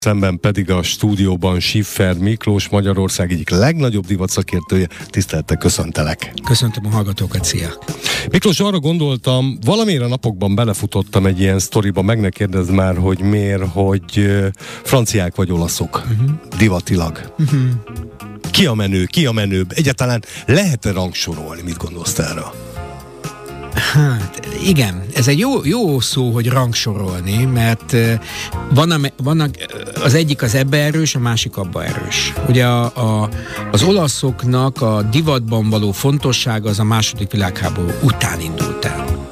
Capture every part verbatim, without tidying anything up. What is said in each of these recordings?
Szemben pedig a stúdióban Schiffer Miklós, Magyarország egyik legnagyobb divatszakértője. Tisztelettel köszöntelek. Köszöntöm a hallgatókat, szia! Miklós, arra gondoltam, valamire napokban belefutottam egy ilyen sztoriba, meg ne kérdezd már, hogy miért, hogy franciák vagy olaszok, uh-huh. divatilag. Uh-huh. Ki a menő, ki a menőbb? Egyáltalán lehet-e rangsorolni? Mit gondolsz erről? Hát igen, ez egy jó, jó szó, hogy rangsorolni, mert van, van az egyik az ebbe erős, a másik abba erős. Ugye a, a, az olaszoknak a divatban való fontossága az a második világháború után indult el.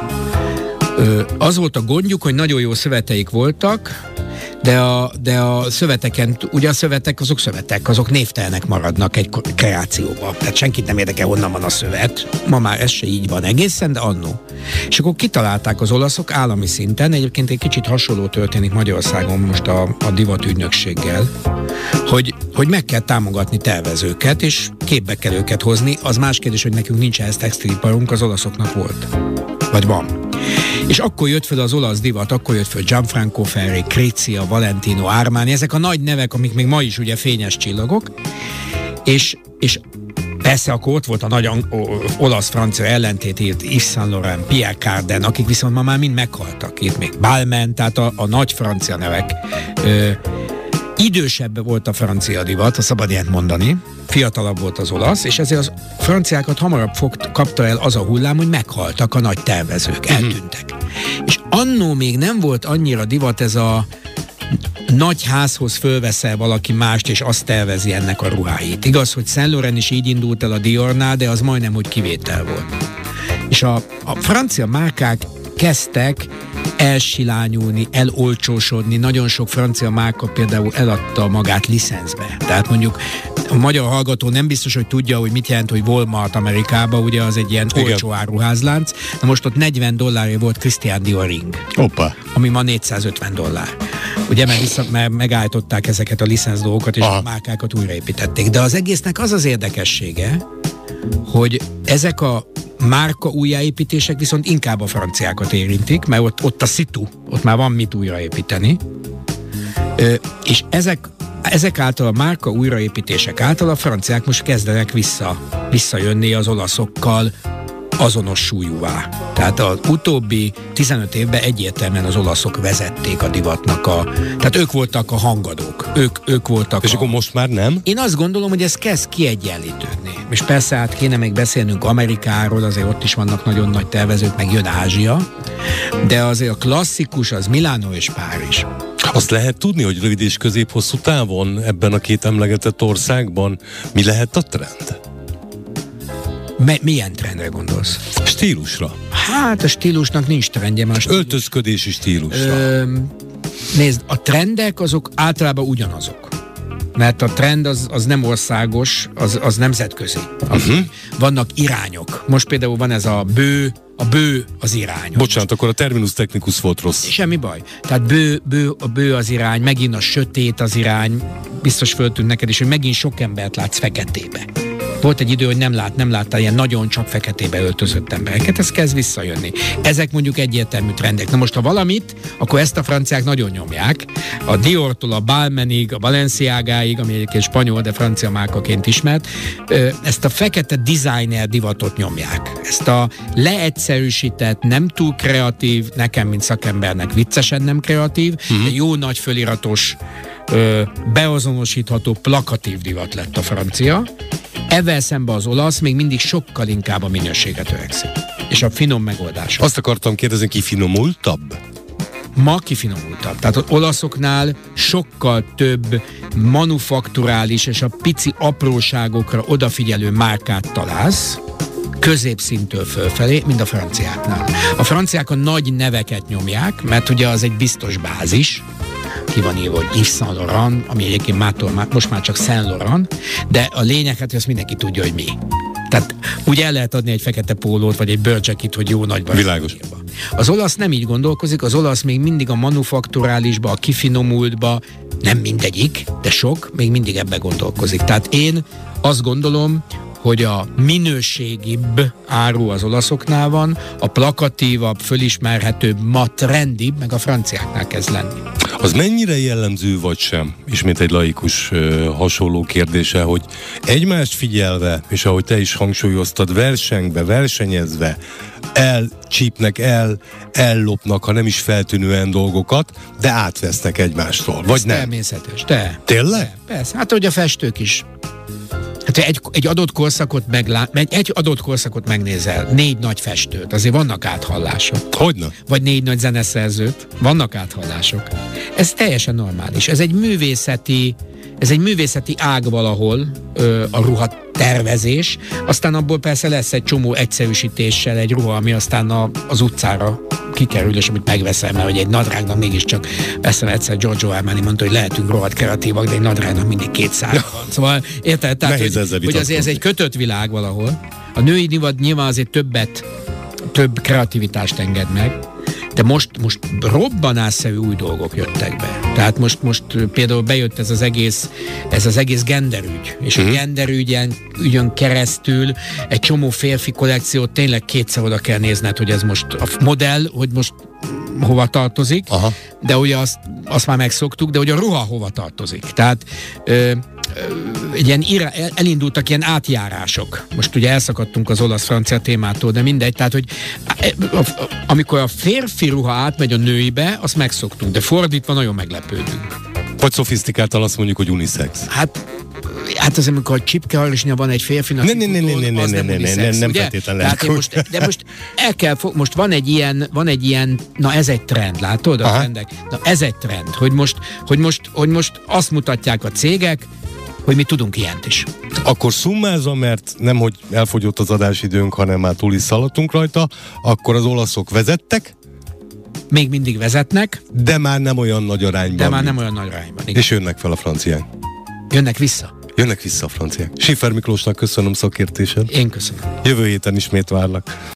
Az volt a gondjuk, hogy nagyon jó szöveteik voltak, de a, de a szöveteken, ugye a szövetek azok szövetek, azok névtelenek maradnak egy kreációba. Tehát senkit nem érdekel, honnan van a szövet. Ma már ez se így van egészen, de annó. És akkor kitalálták az olaszok állami szinten, egyébként egy kicsit hasonló történik Magyarországon most a, a divatügynökséggel, hogy, hogy meg kell támogatni tervezőket, és képbe kell őket hozni. Az más kérdés, hogy nekünk nincs ehhez textiliparunk, az olaszoknak volt. Vagy van. És akkor jött fel az olasz divat, akkor jött fel Gianfranco Ferré, Crizia, Valentino, Armani, ezek a nagy nevek, amik még ma is ugye fényes csillagok, és, és persze akkor ott volt a nagy olasz-francia ellentét, írt Yves Saint Laurent, Pierre Cardin, akik viszont ma már mind meghaltak, itt még Balmain, tehát a, a nagy francia nevek. Ö, idősebb volt a francia divat, ha szabad ilyet mondani, fiatalabb volt az olasz, és ezért az franciákat hamarabb fogt, kapta el az a hullám, hogy meghaltak a nagy tervezők, eltűntek. Mm. És annó még nem volt annyira divat ez a nagy házhoz fölveszel valaki mást, és azt tervezi ennek a ruháit. Igaz, hogy Saint Laurent is így indult el a Diornál, de az majdnem, hogy kivétel volt. És a, a francia márkák kezdtek elsilányulni, elolcsósodni. Nagyon sok francia márka például eladta magát licencbe. Tehát mondjuk a magyar hallgató nem biztos, hogy tudja, hogy mit jelent, hogy Walmart Amerikában, ugye az egy ilyen igen. olcsó áruházlánc. Na most ott negyven dollárja volt Christian Dior ring. Hoppa. Ami ma négyszázötven dollár. Ugye, mert, vissza, mert megállították ezeket a licenc dolgokat, és aha. a márkákat újraépítették. De az egésznek az az érdekessége, hogy ezek a márka újjáépítések viszont inkább a franciákat érintik, mert ott, ott a szitu, ott már van mit újraépíteni. Ö, és ezek, ezek által a márka újraépítések által a franciák most kezdenek vissza, visszajönni az olaszokkal azonos súlyúvá. Tehát az utóbbi tizenöt évben egyértelműen az olaszok vezették a divatnak a... Tehát ők voltak a hangadók. Ők, ők voltak És a... akkor most már nem? Én azt gondolom, hogy ez kezd kiegyenlítődni. És persze hát kéne még beszélnünk Amerikáról, azért ott is vannak nagyon nagy tervezők, meg jön Ázsia, de azért a klasszikus az Milánó és Párizs. Azt lehet tudni, hogy rövid és közép-hosszú távon ebben a két emlegetett országban mi lehet a trend? Me- milyen trendre gondolsz? Stílusra. Hát a stílusnak nincs trendje. Már stílus... Öltözködési stílusra. Ö, nézd, a trendek azok általában ugyanazok. Mert a trend az, az nem országos, az, az nemzetközi. Uh-huh. Vannak irányok. Most például van ez a bő, a bő az irány. Bocsánat, akkor a terminus technicus volt rossz. Semmi baj. Tehát bő, bő, a bő az irány, megint a sötét az irány. Biztos föltűnt neked is, hogy megint sok embert látsz feketébe. Volt egy idő, hogy nem, lát, nem láttál ilyen nagyon csak feketébe öltözött embereket, ez kezd visszajönni. Ezek mondjuk egyértelmű trendek. Na most, ha valamit, akkor ezt a franciák nagyon nyomják. A Diortól a Balmainig, a Balenciagáig, ami egyébként spanyol, de francia márkaként ismert, ezt a fekete designer divatot nyomják. Ezt a leegyszerűsített, nem túl kreatív, nekem, mint szakembernek viccesen nem kreatív, uh-huh. de jó nagy föliratos, beazonosítható, plakatív divat lett a francia. Ezzel szemben az olasz még mindig sokkal inkább a minőségre törekszik. És a finom megoldás. Azt akartam kérdezni, ki finomultabb? Ma kifinomultabb. Tehát az olaszoknál sokkal több manufakturális és a pici apróságokra odafigyelő márkát találsz, középszintől fölfelé, mint a franciáknál. A franciák a nagy neveket nyomják, mert ugye az egy biztos bázis, ki van írva, hogy Yves Saint Laurent, ami egyébként mától, most már csak Saint Laurent, de a lényeg, hát azt mindenki tudja, hogy mi. Tehát úgy el lehet adni egy fekete pólót, vagy egy bőrcsekit, hogy jó nagyban. Világos. Az olasz nem így gondolkozik, az olasz még mindig a manufakturálisba, a kifinomultba, nem mindegyik, de sok, még mindig ebbe gondolkozik. Tehát én azt gondolom, hogy a minőségibb áru az olaszoknál van, a plakatívabb, fölismerhetőbb, ma trendibb, meg a franciáknál kezd lenni. Az mennyire jellemző vagy sem? Ismét egy laikus uh, hasonló kérdése, hogy egymást figyelve, és ahogy te is hangsúlyoztad, versengve, versenyezve, elcsípnek el, ellopnak, ha nem is feltűnően dolgokat, de átvesznek egymástól. Vagy ez nem? Természetes, te. Tényleg? Te, persze, hát hogy a festők is. Hát egy, egy adott korszakot meglá... egy adott korszakot megnézel, négy nagy festőt, azért vannak áthallások. Hogyne? Vagy négy nagy zeneszerzőt, vannak áthallások. Ez teljesen normális. Ez egy művészeti, ez egy művészeti ág valahol, ö, a ruhatervezés, aztán abból persze lesz egy csomó egyszerűsítéssel egy ruha, ami aztán a, az utcára kikerül, és amit megveszem, mert hogy egy nadrágnak mégiscsak, veszem egyszer Giorgio Armani mondta, hogy lehetünk rohadt kreatívak, de egy nadrágnak mindig két szára van. Szóval érted? Tehát, hogy, hogy azért ez egy kötött világ valahol. A női divat nyilván azért többet, több kreativitást enged meg, de most, most robbanásszerű új dolgok jöttek be. Tehát most, most például bejött ez az egész, ez az egész genderügy, és mm-hmm. a genderügyen ügyön keresztül egy csomó férfi kollekciót tényleg kétszer oda kell nézned, hogy ez most a modell, hogy most hova tartozik, aha. de ugye azt, azt már megszoktuk, de hogy a ruha hova tartozik. Tehát ö, egy ilyen irá, elindultak ilyen átjárások. Most ugye elszakadtunk az olasz-francia témától, de mindegy. Tehát, hogy amikor a férfi ruha átmegy a nőibe, azt megszoktunk, de fordítva nagyon meglepődünk. Vagy szofisztikáltan azt mondjuk, hogy unisex. Hát Hát az, amikor a csipkehajlásnál van egy férfinak, ne, ne, ne, ne, ne, ne, ne, ne, ne, nem feltétlenül lehet. Most, de most el kell, most van egy ilyen, van egy ilyen, na ez egy trend, látod a trendek? Na ez egy trend, hogy most, hogy most, hogy most azt mutatják a cégek, hogy mi tudunk ilyent is. Akkor szummázva, mert nem, hogy elfogyott az adásidőnk, hanem már túl is szaladtunk rajta, akkor az olaszok vezettek, még mindig vezetnek, de már nem olyan nagy arányban. De már nem olyan nagy arányban. Igen. És jönnek fel a franciák. Jönnek vissza. Jönnek vissza a franciák. Schiffer Miklósnak köszönöm szakértésed. Én köszönöm. Jövő héten ismét várlak.